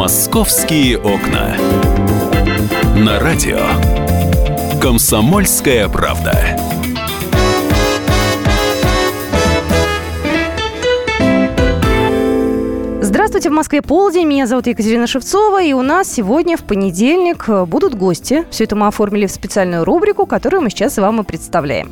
«Московские окна». На радио «Комсомольская правда». Здравствуйте, в Москве полдень. Меня зовут Екатерина Шевцова. И у нас сегодня в понедельник будут гости. Все это мы оформили в специальную рубрику, которую мы сейчас вам и представляем.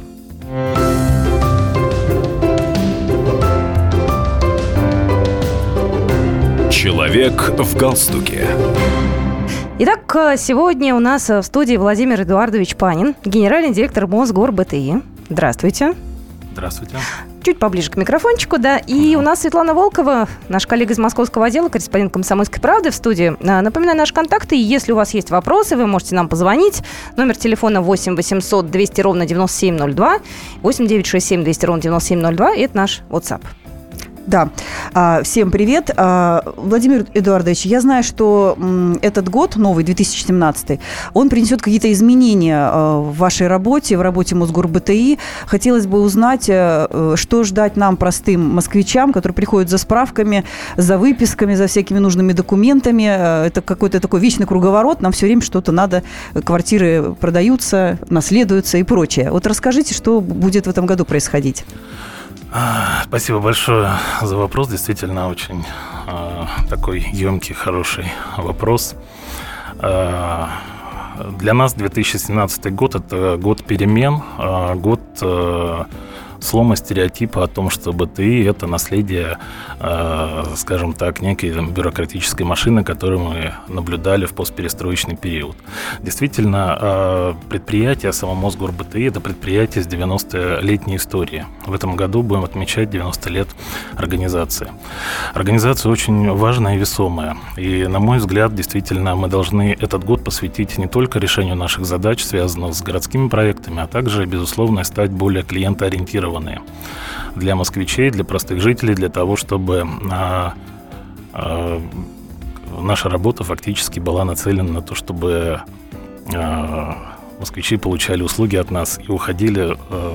Человек в галстуке. Итак, сегодня у нас в студии Владимир Эдуардович Панин, генеральный директор МосГорБТИ. Здравствуйте. Здравствуйте. Чуть поближе к микрофончику, да. И у нас Светлана Волкова, наш коллега из московского отдела, корреспондент «Комсомольской правды» в студии. Напоминаю наши контакты. Если у вас есть вопросы, вы можете нам позвонить. Номер телефона 8 800 200 ровно 9702, 8 967 200 ровно 9702. И это наш WhatsApp. Да, всем привет. Владимир Эдуардович, я знаю, что этот год, новый, 2017, он принесет какие-то изменения в вашей работе, в работе МосГорБТИ. Хотелось бы узнать, что ждать нам, простым москвичам, которые приходят за справками, за выписками, за всякими нужными документами. Это какой-то такой вечный круговорот, нам все время что-то надо, квартиры продаются, наследуются и прочее. Вот расскажите, что будет в этом году происходить. Спасибо большое за вопрос. Действительно, очень такой емкий, хороший вопрос. Для нас 2017 год – это год перемен, год слома стереотипа о том, что БТИ – это наследие, скажем так, некой бюрократической машины, которую мы наблюдали в постперестроечный период. Действительно, предприятие, само МосГорБТИ – это предприятие с 90-летней историей. В этом году будем отмечать 90 лет организации. Организация очень важная и весомая. И, на мой взгляд, действительно, мы должны этот год посвятить не только решению наших задач, связанных с городскими проектами, а также, безусловно, стать более клиентоориентированными для москвичей, для простых жителей, для того, чтобы наша работа фактически была нацелена на то, чтобы москвичи получали услуги от нас и уходили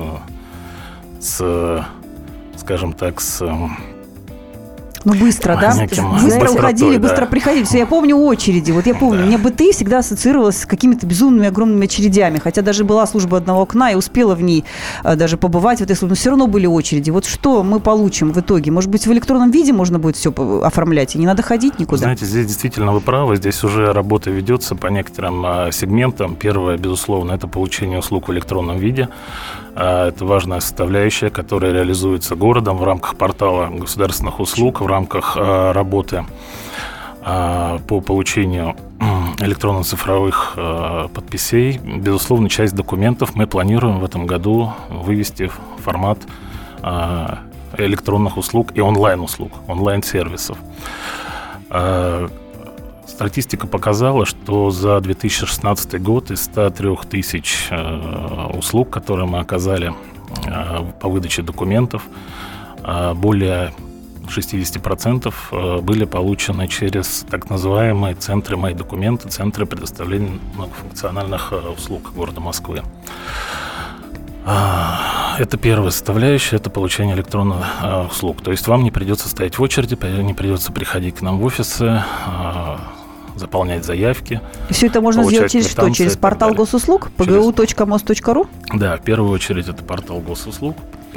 скажем так, быстро, да? Быстро уходили, быстро приходили. Все, я помню очереди. Вот я помню, мне БТИ всегда ассоциировалась с какими-то безумными огромными очередями. Хотя даже была служба одного окна и успела в ней даже побывать в этой службе. Но все равно были очереди. Вот что мы получим в итоге? Может быть, в электронном виде можно будет все оформлять, и не надо ходить никуда? Знаете, здесь действительно вы правы. Здесь уже работа ведется по некоторым сегментам. Первое, безусловно, это получение услуг в электронном виде. Это важная составляющая, которая реализуется городом в рамках портала государственных услуг, в рамках работы по получению электронно-цифровых подписей. Безусловно, часть документов мы планируем в этом году вывести в формат электронных услуг и онлайн-услуг, онлайн-сервисов. Статистика показала, что за 2016 год из 103 тысяч услуг, которые мы оказали по выдаче документов, более 60% были получены через так называемые центры «Мои документы», центры предоставления многофункциональных услуг города Москвы. Это первая составляющая, это получение электронных услуг. То есть вам не придется стоять в очереди, не придется приходить к нам в офисы, заполнять заявки. И все это можно сделать через что? Через портал госуслуг? pgu.mos.ru? Да, в первую очередь это портал госуслуг,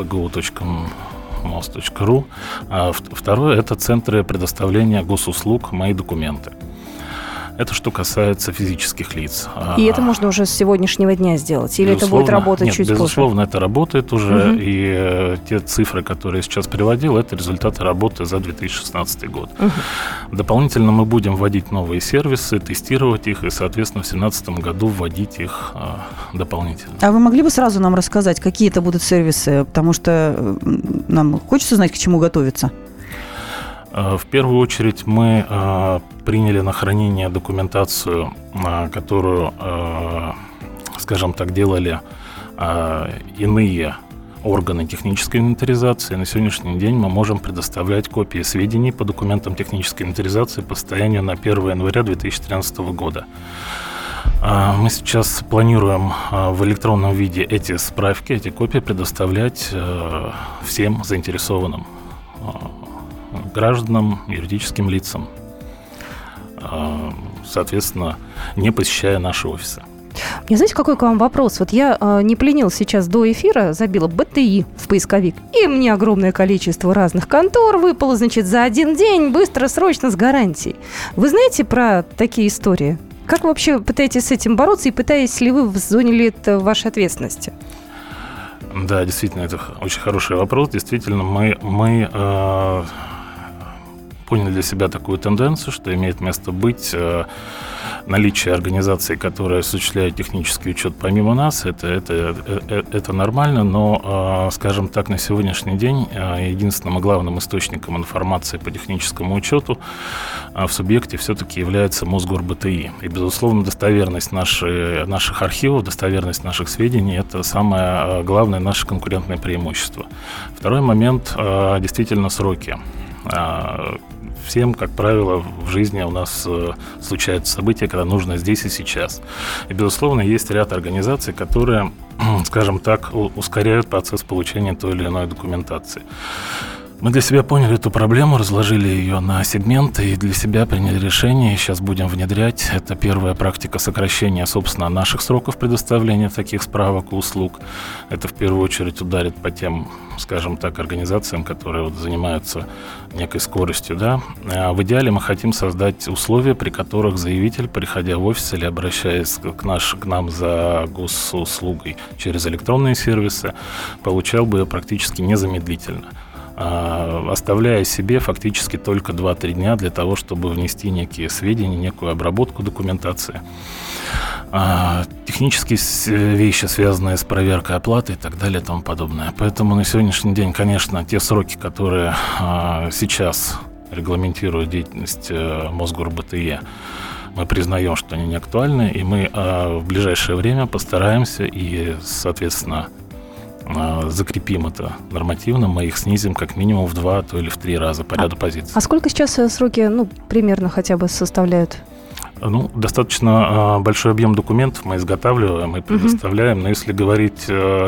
pgu.mos.ru. А второе – это центры предоставления госуслуг «Мои документы». Это что касается физических лиц. И это можно уже с сегодняшнего дня сделать? Или это будет работать чуть позже? Безусловно, это работает уже. И те цифры, которые я сейчас приводил, это результаты работы за 2016 год. Дополнительно мы будем вводить новые сервисы, тестировать их и, соответственно, в 2017 году вводить их дополнительно. А вы могли бы сразу нам рассказать, какие это будут сервисы? Потому что нам хочется знать, к чему готовиться. В первую очередь мы приняли на хранение документацию, которую, скажем так, делали иные органы технической инвентаризации. На сегодняшний день мы можем предоставлять копии сведений по документам технической инвентаризации по состоянию на 1 января 2013 года. Мы сейчас планируем в электронном виде эти справки, эти копии предоставлять всем заинтересованным гражданам, юридическим лицам. соответственно, не посещая наши офисы. Я знаете, какой к вам вопрос? Вот я не поленилась сейчас до эфира, забила БТИ в поисковик, и мне огромное количество разных контор выпало, значит, за один день, быстро, срочно, с гарантией. Вы знаете про такие истории? Как вы вообще пытаетесь с этим бороться и пытаетесь ли вы в зоне ли это вашей ответственности? Да, действительно, это очень хороший вопрос. Действительно, мы поняли для себя такую тенденцию, что имеет место быть наличие организаций, которые осуществляют технический учет помимо нас. Это нормально, но, скажем так, на сегодняшний день единственным и главным источником информации по техническому учету в субъекте все-таки является Мосгорбти. И, безусловно, достоверность наших архивов, достоверность наших сведений – это самое главное наше конкурентное преимущество. Второй момент – действительно сроки. Всем, как правило, в жизни у нас случаются события, когда нужно здесь и сейчас. И, безусловно, есть ряд организаций, которые, скажем так, ускоряют процесс получения той или иной документации. Мы для себя поняли эту проблему, разложили ее на сегменты и для себя приняли решение, и сейчас будем внедрять. Это первая практика сокращения, собственно, наших сроков предоставления таких справок и услуг. Это в первую очередь ударит по тем, скажем так, организациям, которые занимаются некой скоростью. Да? А в идеале мы хотим создать условия, при которых заявитель, приходя в офис или обращаясь к нам за госуслугой через электронные сервисы, получал бы ее практически незамедлительно, оставляя себе фактически только 2-3 дня для того, чтобы внести некие сведения, некую обработку документации. Технические вещи, связанные с проверкой оплаты и так далее и тому подобное. Поэтому на сегодняшний день, конечно, те сроки, которые сейчас регламентируют деятельность Мосгорбти, мы признаем, что они не актуальны, и мы в ближайшее время постараемся и, соответственно, закрепим это нормативно, мы их снизим как минимум в 2, то или в 3 раза по ряду позиций. А сколько сейчас сроки, примерно хотя бы составляют? Достаточно большой объем документов мы изготавливаем и предоставляем, но если говорить,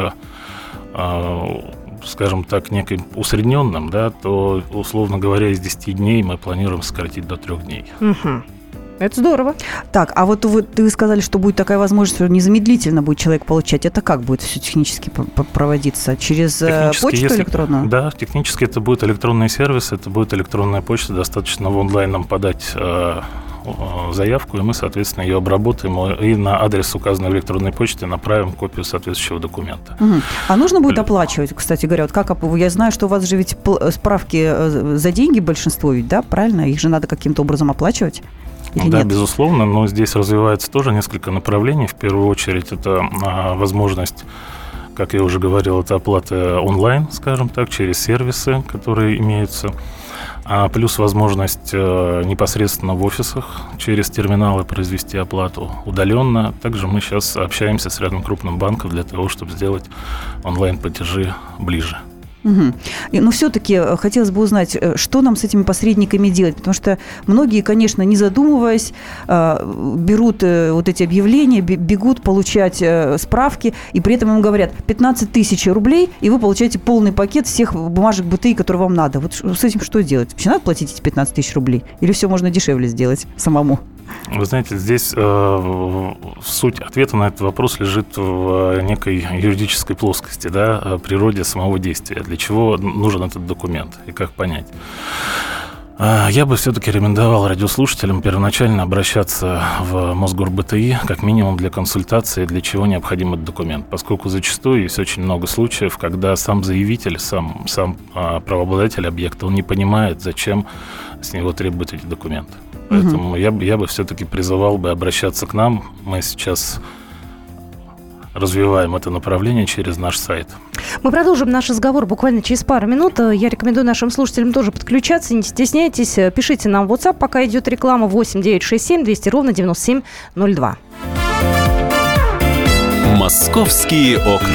скажем так, неким усредненным, да, то, условно говоря, из 10 дней мы планируем сократить до 3 дней. Это здорово. Так, а вот вы сказали, что будет такая возможность, что незамедлительно будет человек получать. Это как будет все технически проводиться? Через почту электронную? Да, технически это будет электронный сервис, это будет электронная почта. Достаточно в онлайн нам подать заявку, и мы, соответственно, ее обработаем и на адрес, указанный в электронной почте, направим копию соответствующего документа. А нужно будет оплачивать, кстати говоря? Вот как, я знаю, что у вас же ведь справки за деньги большинство ведь, да, правильно? Их же надо каким-то образом оплачивать? Да, нет? Безусловно, но здесь развивается тоже несколько направлений. В первую очередь, это возможность, как я уже говорил, это оплата онлайн, скажем так, через сервисы, которые имеются. Плюс возможность непосредственно в офисах через терминалы произвести оплату удаленно. Также мы сейчас общаемся с рядом крупным банком для того, чтобы сделать онлайн-платежи ближе. Но все-таки хотелось бы узнать, что нам с этими посредниками делать, потому что многие, конечно, не задумываясь, берут вот эти объявления, бегут получать справки, и при этом им говорят 15 тысяч рублей, и вы получаете полный пакет всех бумажек БТИ, которые вам надо. Вот с этим что делать? Вообще надо платить эти 15 тысяч рублей? Или все можно дешевле сделать самому? Вы знаете, здесь суть ответа на этот вопрос лежит в некой юридической плоскости, да, природе самого действия. Для чего нужен этот документ и как понять? Я бы все-таки рекомендовал радиослушателям первоначально обращаться в Мосгорбти как минимум для консультации, для чего необходим этот документ, поскольку зачастую есть очень много случаев, когда сам заявитель, сам правообладатель объекта, он не понимает, зачем с него требуют эти документы. Поэтому я бы все-таки призывал бы обращаться к нам. Мы сейчас развиваем это направление через наш сайт. Мы продолжим наш разговор буквально через пару минут. Я рекомендую нашим слушателям тоже подключаться. Не стесняйтесь. Пишите нам в WhatsApp, пока идет реклама, 8 967 200 ровно 9702. Московские окна.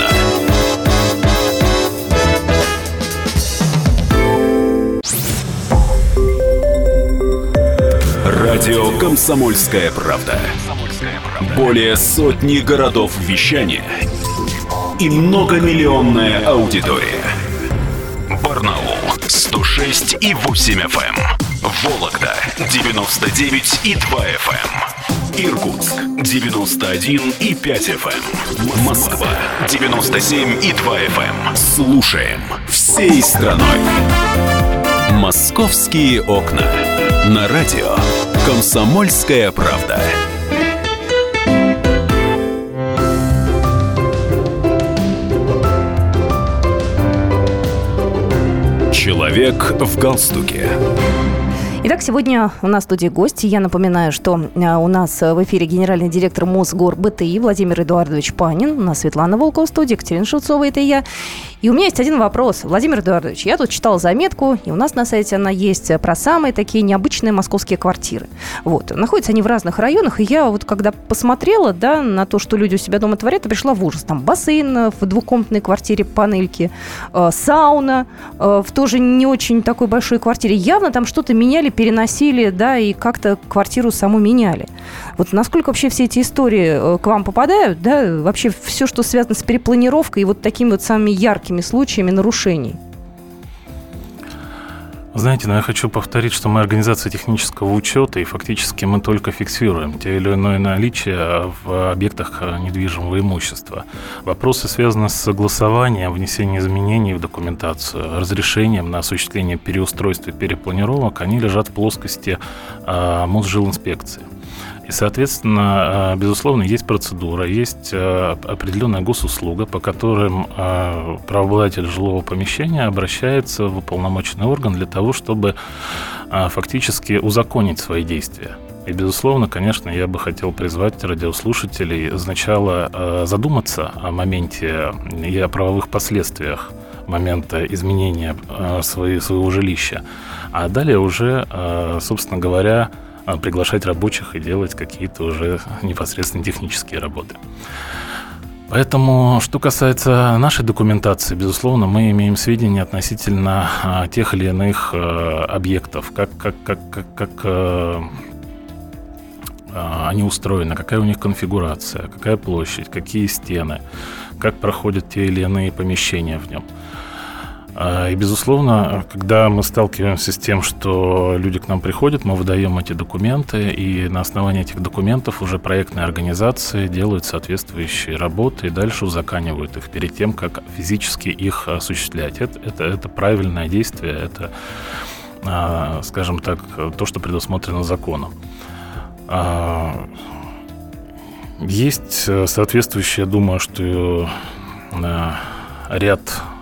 Радио «Комсомольская правда». Более сотни городов вещания и многомиллионная аудитория. Барнаул 106,8 FM. Вологда 99,2 FM. Иркутск 91,5 FM. Москва 97,2 FM. Слушаем всей страной. Московские окна. На радио «Комсомольская правда». Человек в галстуке. Итак, сегодня у нас в студии гости. Я напоминаю, что у нас в эфире генеральный директор Мосгорбти Владимир Эдуардович Панин. У нас Светлана Волкова в студии, Екатерина Шевцова, это я. И у меня есть один вопрос. Владимир Эдуардович, я тут читала заметку, и у нас на сайте она есть, про самые такие необычные московские квартиры. Вот. Находятся они в разных районах, и я вот когда посмотрела, да, на то, что люди у себя дома творят, я пришла в ужас. Там бассейн в двухкомнатной квартире, панельки, сауна в тоже не очень такой большой квартире. Явно там что-то меняли, переносили, да, и как-то квартиру саму меняли. Вот насколько вообще все эти истории к вам попадают, да, вообще все, что связано с перепланировкой и вот такими вот самыми яркими случаями нарушений? Знаете, я хочу повторить, что мы организация технического учета, и фактически мы только фиксируем те или иное наличие в объектах недвижимого имущества. Вопросы, связанные с согласованием, внесением изменений в документацию, разрешением на осуществление переустройств и перепланировок, они лежат в плоскости Мосжилинспекции. И, соответственно, безусловно, есть процедура, есть определенная госуслуга, по которым правообладатель жилого помещения обращается в уполномоченный орган для того, чтобы фактически узаконить свои действия. И, безусловно, конечно, я бы хотел призвать радиослушателей сначала задуматься о моменте и о правовых последствиях момента изменения своего жилища, а далее уже, собственно говоря, приглашать рабочих и делать какие-то уже непосредственно технические работы. Поэтому, что касается нашей документации, безусловно, мы имеем сведения относительно тех или иных объектов, как они устроены, какая у них конфигурация, какая площадь, какие стены, как проходят те или иные помещения в нем. И, безусловно, когда мы сталкиваемся с тем, что люди к нам приходят, мы выдаем эти документы, и на основании этих документов уже проектные организации делают соответствующие работы и дальше узаканивают их перед тем, как физически их осуществлять. Это правильное действие, это, скажем так, то, что предусмотрено законом. Есть соответствующие, я думаю, что ряд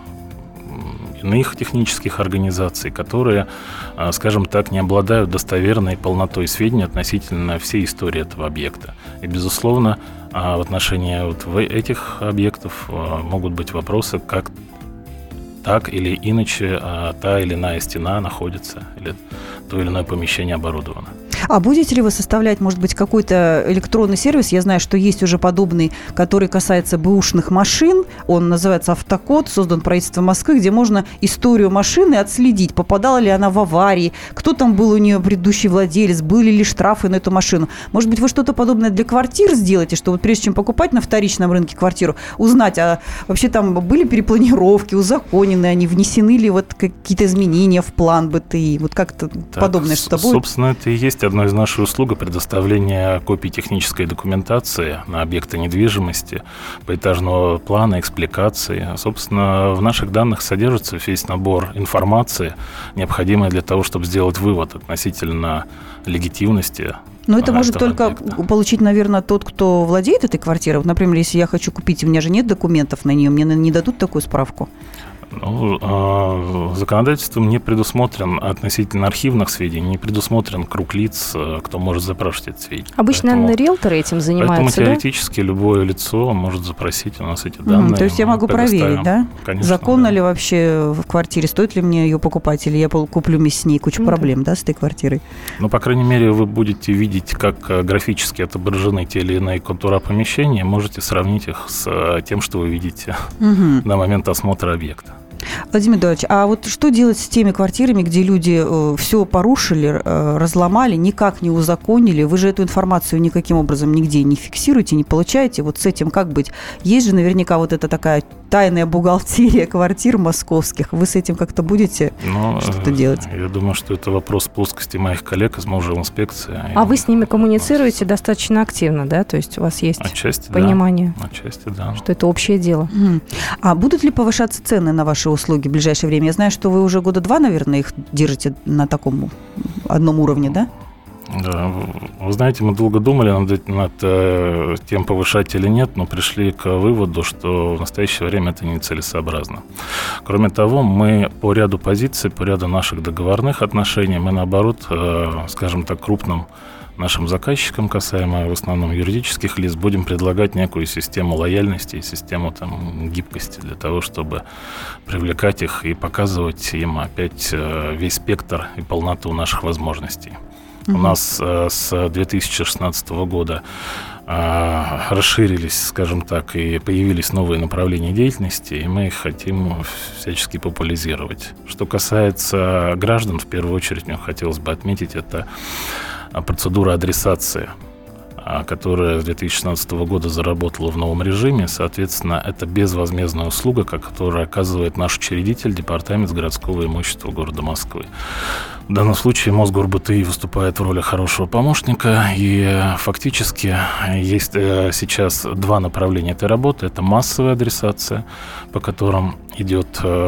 иных технических организаций, которые, скажем так, не обладают достоверной полнотой сведений относительно всей истории этого объекта. И, безусловно, в отношении вот этих объектов могут быть вопросы, как так или иначе та или иная стена находится, или то или иное помещение оборудовано. А будете ли вы составлять, может быть, какой-то электронный сервис? Я знаю, что есть уже подобный, который касается бэушных машин. Он называется «Автокод», создан правительством Москвы, где можно историю машины отследить, попадала ли она в аварии, кто там был у нее предыдущий владелец, были ли штрафы на эту машину. Может быть, вы что-то подобное для квартир сделаете, что вот прежде чем покупать на вторичном рынке квартиру, узнать, а вообще там были перепланировки, узаконены они, внесены ли вот какие-то изменения в план БТИ? Вот как-то подобное что-то будет? Собственно, это и есть одной из наших услуг — предоставление копий технической документации на объекты недвижимости, поэтажного плана, экспликации. Собственно, в наших данных содержится весь набор информации, необходимой для того, чтобы сделать вывод относительно легитимности. Но это может только объекта получить, наверное, тот, кто владеет этой квартирой. Вот, например, если я хочу купить, у меня же нет документов на нее, мне не дадут такую справку? Законодательством не предусмотрен относительно архивных сведений, не предусмотрен круг лиц, кто может запрашивать эти сведения. Обычно, наверное, риэлторы этим занимаются, поэтому теоретически любое лицо может запросить у нас эти данные. То есть я могу проверить, да? Конечно, законно да. ли вообще в квартире, стоит ли мне ее покупать, или я куплю вместе с ней кучу проблем, да, с этой квартирой? Ну, по крайней мере, вы будете видеть, как графически отображены те или иные контура помещения, можете сравнить их с тем, что вы видите на момент осмотра объекта. Владимир Эдуардович, а вот что делать с теми квартирами, где люди все порушили, разломали, никак не узаконили? Вы же эту информацию никаким образом нигде не фиксируете, не получаете. Вот с этим как быть? Есть же наверняка вот эта такая тайная бухгалтерия квартир московских. Вы с этим как-то будете что-то делать? Я думаю, что это вопрос плоскости моих коллег из инспекции. А вы с ними коммуницируете достаточно активно, да? То есть у вас есть понимание, отчасти, да, что это общее дело. А будут ли повышаться цены на ваши услуги в ближайшее время? Я знаю, что вы уже года 2, наверное, их держите на таком одном уровне, да? Да, вы знаете, мы долго думали над тем, повышать или нет, но пришли к выводу, что в настоящее время это нецелесообразно. Кроме того, мы по ряду позиций, по ряду наших договорных отношений, мы наоборот, скажем так, крупным нашим заказчикам, касаемо в основном юридических лиц, будем предлагать некую систему лояльности и систему гибкости для того, чтобы привлекать их и показывать им опять весь спектр и полноту наших возможностей. У нас с 2016 года расширились, скажем так, и появились новые направления деятельности, и мы их хотим всячески популяризировать. Что касается граждан, в первую очередь мне хотелось бы отметить, это процедура адресации, которая с 2016 года заработала в новом режиме. Соответственно, это безвозмездная услуга, которую оказывает наш учредитель, Департамент городского имущества города Москвы. В данном случае Мосгорбти выступает в роли хорошего помощника, и фактически есть сейчас два направления этой работы. Это массовая адресация, по которым идет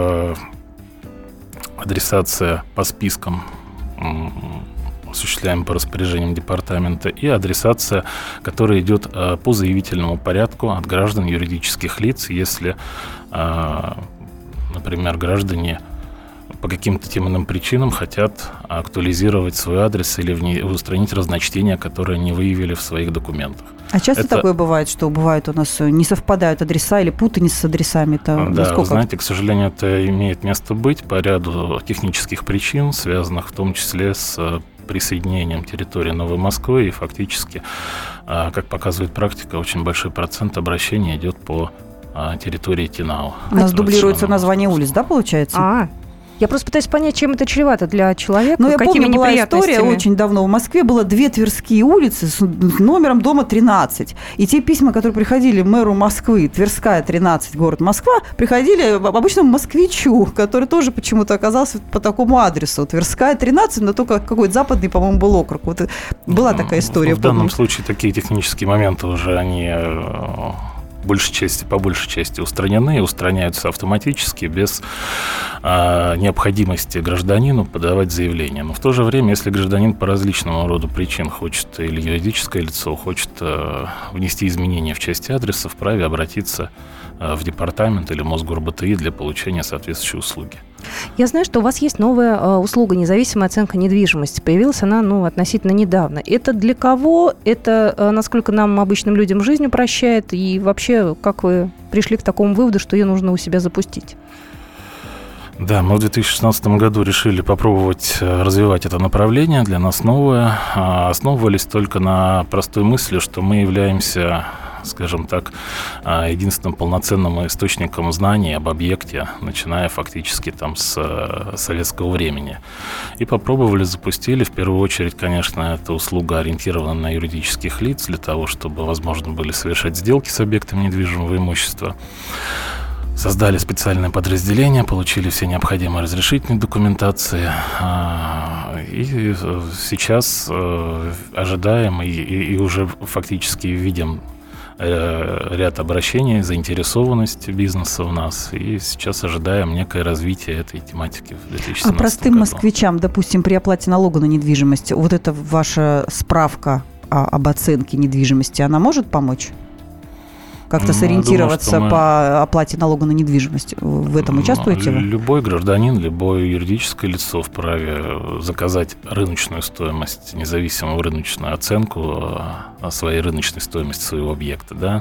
адресация по спискам, осуществляем по распоряжениям департамента, и адресация, которая идет по заявительному порядку от граждан юридических лиц, если, например, граждане по каким-то тем иным причинам хотят актуализировать свой адрес или устранить разночтения, которые они выявили в своих документах. А часто такое бывает, что бывает у нас не совпадают адреса или путаница с адресами? Да, вы знаете, к сожалению, это имеет место быть по ряду технических причин, связанных в том числе с присоединением территории Новой Москвы, и фактически, как показывает практика, очень большой процент обращений идет по территории ТИНАУ. У нас дублируется название улиц, да, получается? Я просто пытаюсь понять, чем это чревато для человека. Ну, я помню, была история очень давно. В Москве было 2 Тверские улицы с номером дома 13. И те письма, которые приходили мэру Москвы, Тверская, 13, город Москва, приходили обычному москвичу, который тоже почему-то оказался по такому адресу. Тверская, 13, но только какой-то западный, по-моему, был округ. Вот была такая история. В данном случае такие технические моменты уже, они по большей части устранены и устраняются автоматически без необходимости гражданину подавать заявление. Но в то же время, если гражданин по различному роду причин хочет, или юридическое лицо хочет внести изменения в части адреса, вправе обратиться в департамент или Мосгорбти для получения соответствующей услуги. Я знаю, что у вас есть новая услуга «Независимая оценка недвижимости». Появилась она относительно недавно. Это для кого? Это насколько нам, обычным людям, жизнь упрощает? И вообще, как вы пришли к такому выводу, что ее нужно у себя запустить? Да, мы в 2016 году решили попробовать развивать это направление, для нас новое. Основывались только на простой мысли, что мы являемся, скажем так, единственным полноценным источником знаний об объекте, начиная фактически с советского времени. И попробовали, запустили. В первую очередь, конечно, эта услуга ориентирована на юридических лиц, для того, чтобы возможно были совершать сделки с объектами недвижимого имущества. Создали специальное подразделение, получили все необходимые разрешительные документации. И сейчас ожидаем и уже фактически видим ряд обращений, заинтересованность бизнеса у нас. И сейчас ожидаем некое развитие этой тематики в 2017 году. А простым москвичам, допустим, при оплате налога на недвижимость, вот эта ваша справка об оценке недвижимости, она может помочь? Как-то сориентироваться по оплате налога на недвижимость. В этом участвуете вы? Любой гражданин, любое юридическое лицо вправе заказать рыночную стоимость, независимую рыночную оценку своей рыночной стоимости своего объекта, да.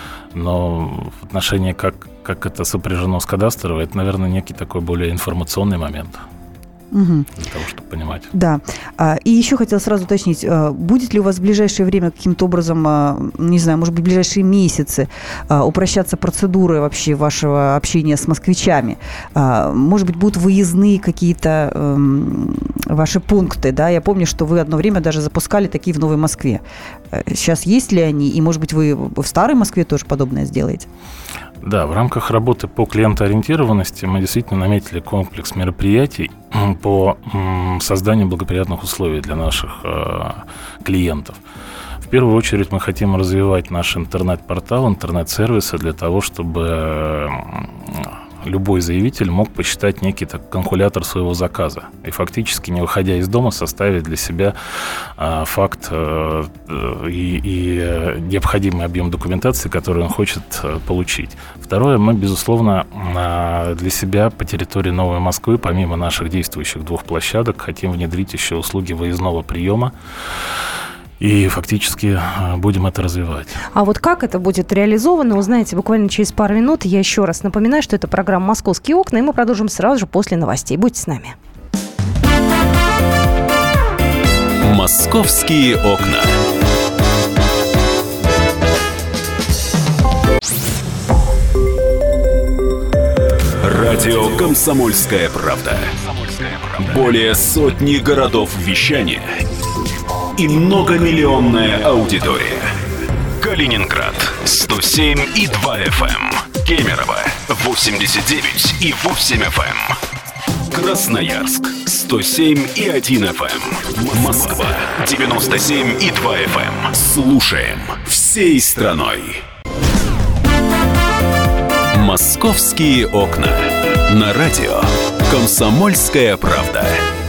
Но в отношении, как это сопряжено с кадастровой, это, наверное, некий такой более информационный момент. Для того, чтобы понимать. Да. И еще хотела сразу уточнить, будет ли у вас в ближайшее время каким-то образом, не знаю, может быть, в ближайшие месяцы упрощаться процедуры вообще вашего общения с москвичами? Может быть, будут выездные какие-то ваши пункты, да? Я помню, что вы одно время даже запускали такие в Новой Москве. Сейчас есть ли они? И, может быть, вы в Старой Москве тоже подобное сделаете? Да, в рамках работы по клиентоориентированности мы действительно наметили комплекс мероприятий по созданию благоприятных условий для наших клиентов. В первую очередь мы хотим развивать наш интернет-портал, интернет-сервисы для того, чтобы любой заявитель мог посчитать некий калькулятор своего заказа и фактически, не выходя из дома, составить для себя факт и необходимый объем документации, который он хочет получить. Второе, мы, безусловно, для себя по территории Новой Москвы, помимо наших действующих 2 площадок, хотим внедрить еще услуги выездного приема. И фактически будем это развивать. А вот как это будет реализовано, узнаете буквально через пару минут. Я еще раз напоминаю, что это программа «Московские окна», и мы продолжим сразу же после новостей. Будьте с нами. «Московские окна». Радио «Комсомольская правда». Более сотни городов вещания и многомиллионная аудитория. Калининград 107,2 FM. Кемерово 89,8 FM. Красноярск 107,1 FM. Москва 97,2 FM. Слушаем всей страной. «Московские окна». На радио «Комсомольская правда».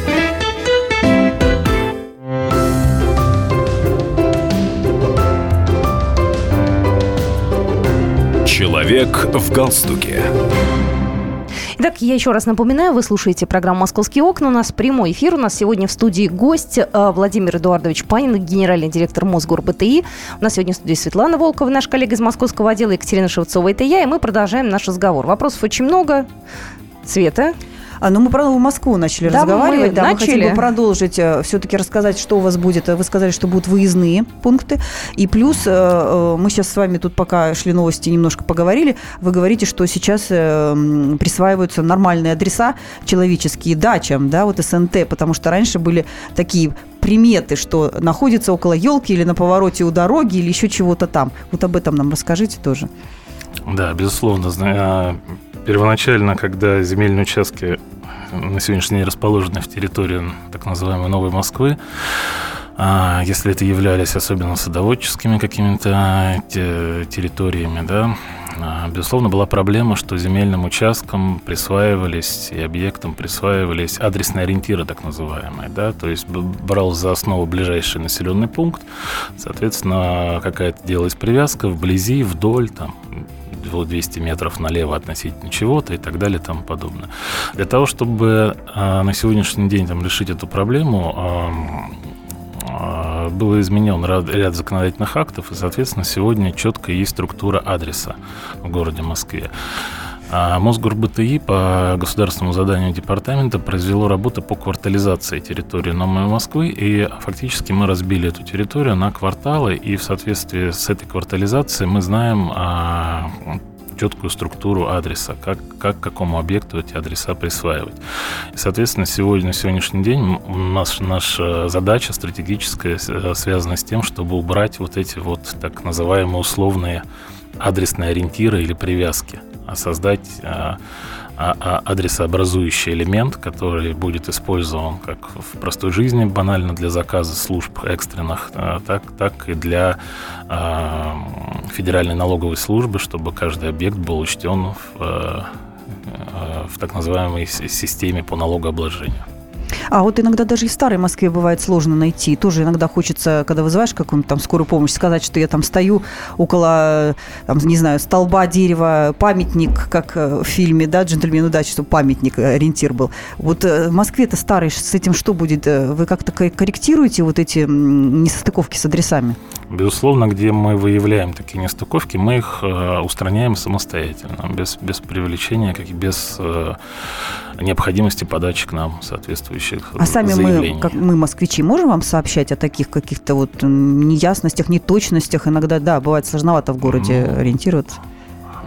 Человек в галстуке. Итак, я еще раз напоминаю, вы слушаете программу «Московские окна». У нас прямой эфир. У нас сегодня в студии гость Владимир Эдуардович Панин, генеральный директор Мосгорбти. У нас сегодня в студии Светлана Волкова, наш коллега из московского отдела, Екатерина Шевцова, это я, и мы продолжаем наш разговор. Вопросов очень много. Света? Ну, мы про Новую Москву начали разговаривать. Мы хотим бы продолжить, все-таки рассказать, что у вас будет. Вы сказали, что будут выездные пункты. И плюс мы сейчас с вами тут, пока шли новости, немножко поговорили. Вы говорите, что сейчас присваиваются нормальные адреса человеческие дачам, да, вот СНТ, потому что раньше были такие приметы, что находится около елки или на повороте у дороги или еще чего-то там. Вот об этом нам расскажите тоже. Да, безусловно. Первоначально, когда земельные участки на сегодняшний день расположены в территории так называемой Новой Москвы, если это являлись особенно садоводческими какими-то территориями, да, безусловно, была проблема, что земельным участкам присваивались и объектам присваивались адресные ориентиры, так называемые, да, то есть брал за основу ближайший населенный пункт, соответственно, какая-то делалась привязка вблизи, вдоль, там, 200 метров налево относительно чего-то и так далее и тому подобное. Для того, чтобы на сегодняшний день решить эту проблему, был изменен ряд законодательных актов, и, соответственно, сегодня четко есть структура адреса в городе Москве. Мосгорбти по государственному заданию департамента произвело работу по квартализации территории Новой Москвы, и фактически мы разбили эту территорию на кварталы, и в соответствии с этой квартализацией мы знаем четкую структуру адреса, как какому объекту эти адреса присваивать. И, соответственно, на сегодняшний день наша задача стратегическая связана с тем, чтобы убрать вот эти вот так называемые условные адресные ориентиры или привязки, а создать адресообразующий элемент, который будет использован как в простой жизни, банально для заказа служб экстренных, так и для Федеральной налоговой службы, чтобы каждый объект был учтен в так называемой системе по налогообложению. А вот иногда даже и в старой Москве бывает сложно найти. Тоже иногда хочется, когда вызываешь какую-нибудь там скорую помощь, сказать, что я там стою около, там, не знаю, столба, дерева, памятник, как в фильме, да, «Джентльмен удачи», что памятник, ориентир был. Вот в Москве-то старый, с этим что будет? Вы как-то корректируете вот эти несостыковки с адресами? Безусловно, где мы выявляем такие нестыковки, мы их устраняем самостоятельно, без привлечения, без необходимости подачи к нам соответствующих заявлений. А сами заявлений. мы, москвичи, можем вам сообщать о таких каких-то вот неясностях, неточностях? Иногда, да, бывает сложновато в городе ориентироваться.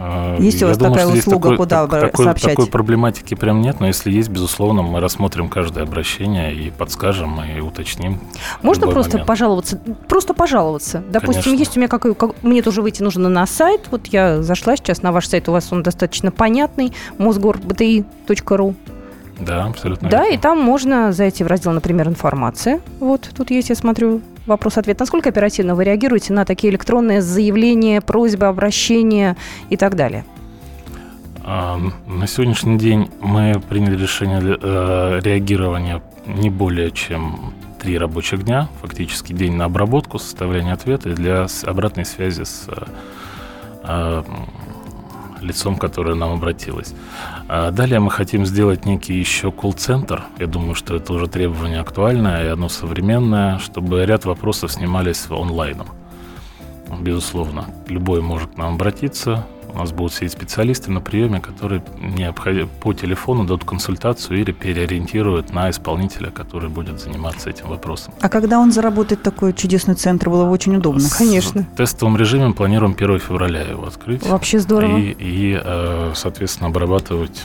Есть у вас такая услуга, куда сообщать? Такой проблематики прям нет, но если есть, безусловно, мы рассмотрим каждое обращение и подскажем, и уточним. Можно просто пожаловаться? Просто пожаловаться. Допустим, Конечно. есть у меня мне тоже выйти нужно на сайт. Вот я зашла сейчас на ваш сайт, у вас он достаточно понятный, mosgor.bti.ru. Да, абсолютно. Да, верно. и там можно зайти в раздел, например, «Информация». Вот тут есть, я смотрю, вопрос-ответ. Насколько оперативно вы реагируете на такие электронные заявления, просьбы, обращения и так далее? На сегодняшний день мы приняли решение реагирования не более чем 3 рабочих дня, фактически день на обработку, составление ответа и для обратной связи с лицом, которое нам обратилось. Далее мы хотим сделать некий еще колл-центр. Я думаю, что это уже требование актуальное и оно современное, чтобы ряд вопросов снимались онлайном. Безусловно, любой может к нам обратиться. У нас будут сидеть специалисты на приеме, которые по телефону дадут консультацию или переориентируют на исполнителя, который будет заниматься этим вопросом. А когда он заработает, такой чудесный центр, было бы очень удобно. Конечно. В тестовом режиме мы планируем 1 февраля его открыть. Вообще здорово. И соответственно, обрабатывать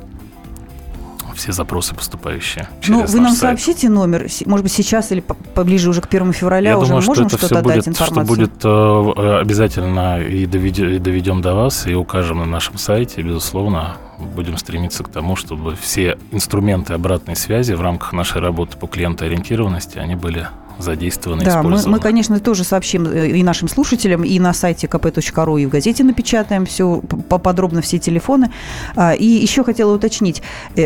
все запросы, поступающие через наш вы нам сайт. сообщите номер, может быть, сейчас или поближе уже к 1 февраля Я уже думаю, можем что это что-то все дать, будет, информацию? что будет обязательно и доведем до вас, и укажем на нашем сайте. Безусловно, будем стремиться к тому, чтобы все инструменты обратной связи в рамках нашей работы по клиентоориентированности, они были задействованы, да, использованы. мы, конечно, тоже сообщим и нашим слушателям, и на сайте kp.ru, и в газете напечатаем все подробно, все телефоны. И еще хотела уточнить.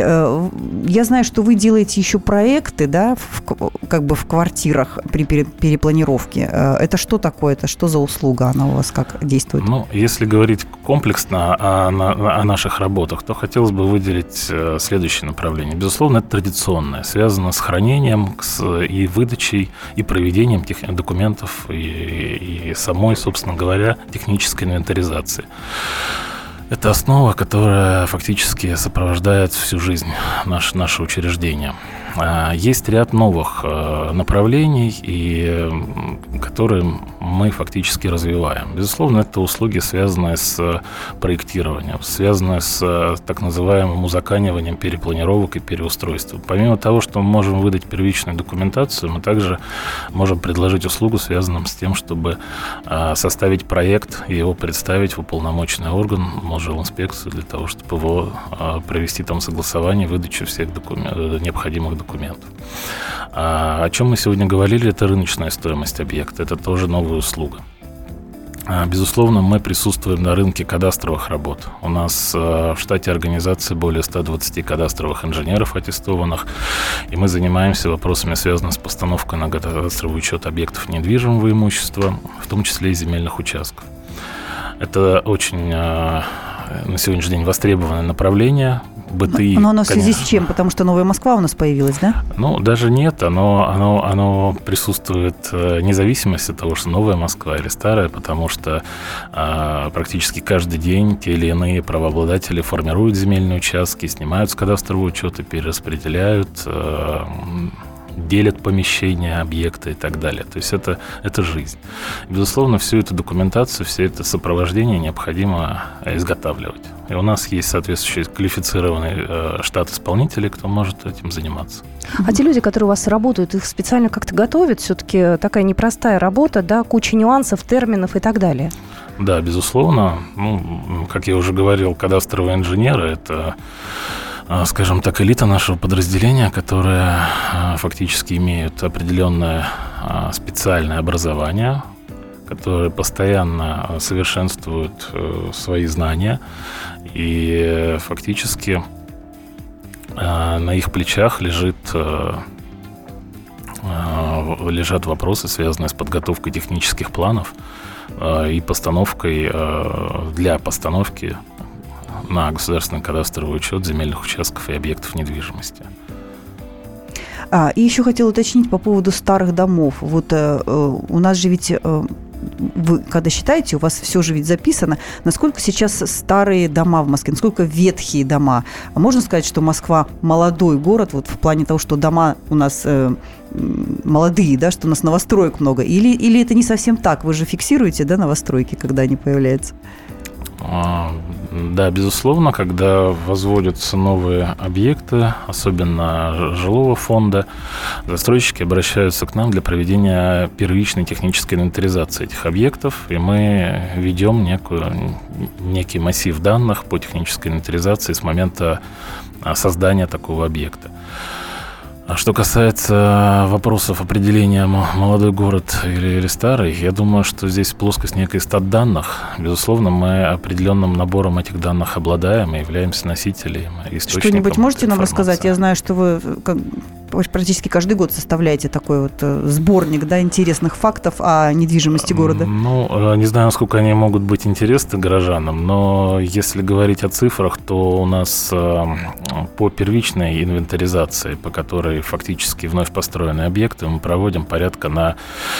Я знаю, что вы делаете еще проекты, да, как бы в квартирах при перепланировке. Это что такое? Это что за услуга? Она у вас как действует? Ну, если говорить комплексно о наших работах, то хотелось бы выделить следующее направление. Безусловно, это традиционное, связано с хранением и выдачей, и проведением документов, и самой, собственно говоря, технической инвентаризации. Это основа, которая фактически сопровождает всю жизнь наше учреждение. Есть ряд новых направлений, которые мы фактически развиваем. Безусловно, это услуги, связанные с проектированием, связанные с так называемым узаканиванием перепланировок и переустройством. Помимо того, что мы можем выдать первичную документацию, мы также можем предложить услугу, связанную с тем, чтобы составить проект и его представить в уполномоченный орган, Мосжилинспекцию, для того, чтобы его провести там согласование, выдачу всех необходимых документов. О чем мы сегодня говорили, это рыночная стоимость объекта, это тоже новая услуга. Безусловно, мы присутствуем на рынке кадастровых работ. У нас в штате организации более 120 кадастровых инженеров аттестованных, и мы занимаемся вопросами, связанными с постановкой на кадастровый учет объектов недвижимого имущества, в том числе и земельных участков. Это очень на сегодняшний день востребованное направление. БТИ, но оно в связи с чем? Потому что Новая Москва у нас появилась, да? Ну, даже нет. Оно присутствует независимость от того, что Новая Москва или Старая, потому что практически каждый день те или иные правообладатели формируют земельные участки, снимают с кадастрового учета, перераспределяют, делят помещения, объекты и так далее. То есть это жизнь. Безусловно, всю эту документацию, все это сопровождение необходимо изготавливать. И у нас есть соответствующий квалифицированный штат исполнителей, кто может этим заниматься. А те люди, которые у вас работают, их специально как-то готовят? Все-таки такая непростая работа, да, куча нюансов, терминов и так далее. Да, безусловно. Как я уже говорил, кадастровые инженеры – это, скажем так, элита нашего подразделения, которые фактически имеют определенное специальное образование, которые постоянно совершенствуют свои знания, и фактически на их плечах лежат вопросы, связанные с подготовкой технических планов и постановкой для постановки на государственный кадастровый учет земельных участков и объектов недвижимости. И еще хотела уточнить по поводу старых домов. Вот у нас же ведь, вы когда считаете, у вас все же ведь записано, насколько сейчас старые дома в Москве, насколько ветхие дома. Можно сказать, что Москва молодой город, вот в плане того, что дома у нас молодые, да, что у нас новостроек много? Или это не совсем так? Вы же фиксируете, да, новостройки, когда они появляются? Да, безусловно, когда возводятся новые объекты, особенно жилого фонда, застройщики обращаются к нам для проведения первичной технической инвентаризации этих объектов, и мы ведем некий массив данных по технической инвентаризации с момента создания такого объекта. А что касается вопросов определения молодой город или старый, я думаю, что здесь плоскость некой стат-данных. Безусловно, мы определенным набором этих данных обладаем и являемся носителем, источником. Что-нибудь можете нам информации. рассказать? Я знаю, что вы практически каждый год составляете такой вот сборник, да, интересных фактов о недвижимости города. Не знаю, насколько они могут быть интересны горожанам, но если говорить о цифрах, то у нас по первичной инвентаризации, по которой фактически вновь построенные объекты, мы проводим порядка на,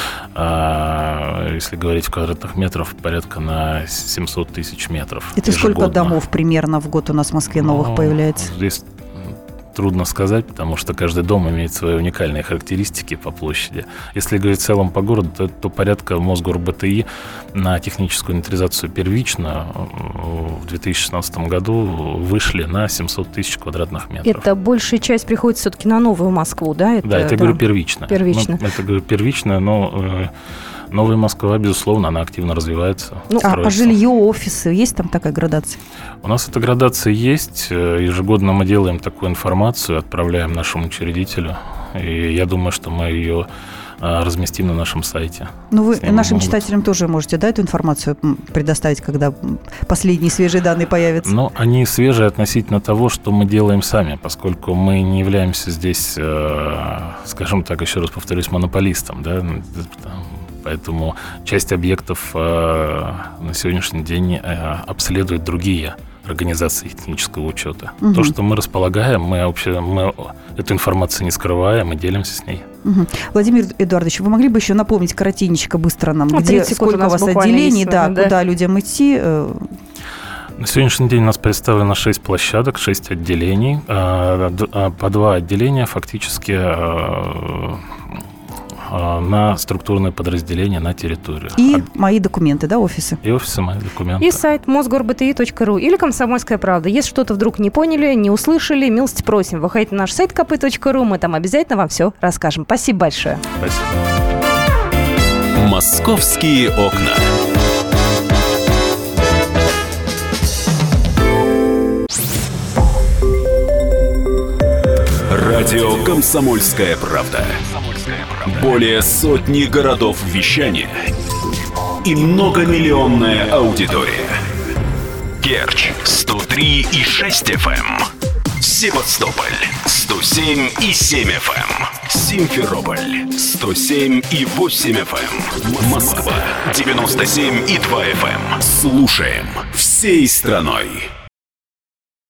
если говорить в квадратных метрах, порядка на 700 тысяч метров. Это ежегодно. сколько домов примерно в год у нас в Москве новых появляется? Здесь трудно сказать, потому что каждый дом имеет свои уникальные характеристики по площади. Если говорить в целом по городу, то порядка МосГорБТИ на техническую инвентаризацию первично в 2016 году вышли на 700 тысяч квадратных метров. Это большая часть приходится все-таки на Новую Москву, да? Я говорю первично. Первично. Говорю первично, но Новая Москва, безусловно, она активно развивается. А жилье, офисы, есть там такая градация? У нас эта градация есть. Ежегодно мы делаем такую информацию, отправляем нашему учредителю. И я думаю, что мы ее разместим на нашем сайте. Вы нашим читателям тоже можете, да, эту информацию предоставить, когда последние свежие данные появятся? Они свежие относительно того, что мы делаем сами, поскольку мы не являемся здесь, скажем так, еще раз повторюсь, монополистом, да. Поэтому часть объектов на сегодняшний день обследуют другие организации технического учета. Угу. То, что мы располагаем, мы эту информацию не скрываем и делимся с ней. Угу. Владимир Эдуардович, вы могли бы еще напомнить коротенько, быстро нам, сколько у вас отделений, куда людям идти? На сегодняшний день у нас представлено 6 площадок, 6 отделений. По 2 отделения фактически на структурное подразделение на территорию. И мои документы, да, офисы? И офисы, мои документы. И сайт mosgorBTI.ru или «Комсомольская правда». Если что-то вдруг не поняли, не услышали, милости просим. Выходите на наш сайт kp.ru, мы там обязательно вам все расскажем. Спасибо большое. Спасибо. «Московские окна». Радио «Комсомольская правда». Более сотни городов вещания и многомиллионная аудитория. Керчь 103,6 FM, Севастополь 107,7 FM, Симферополь 107,8 FM, Москва 97,2 FM. Слушаем всей страной.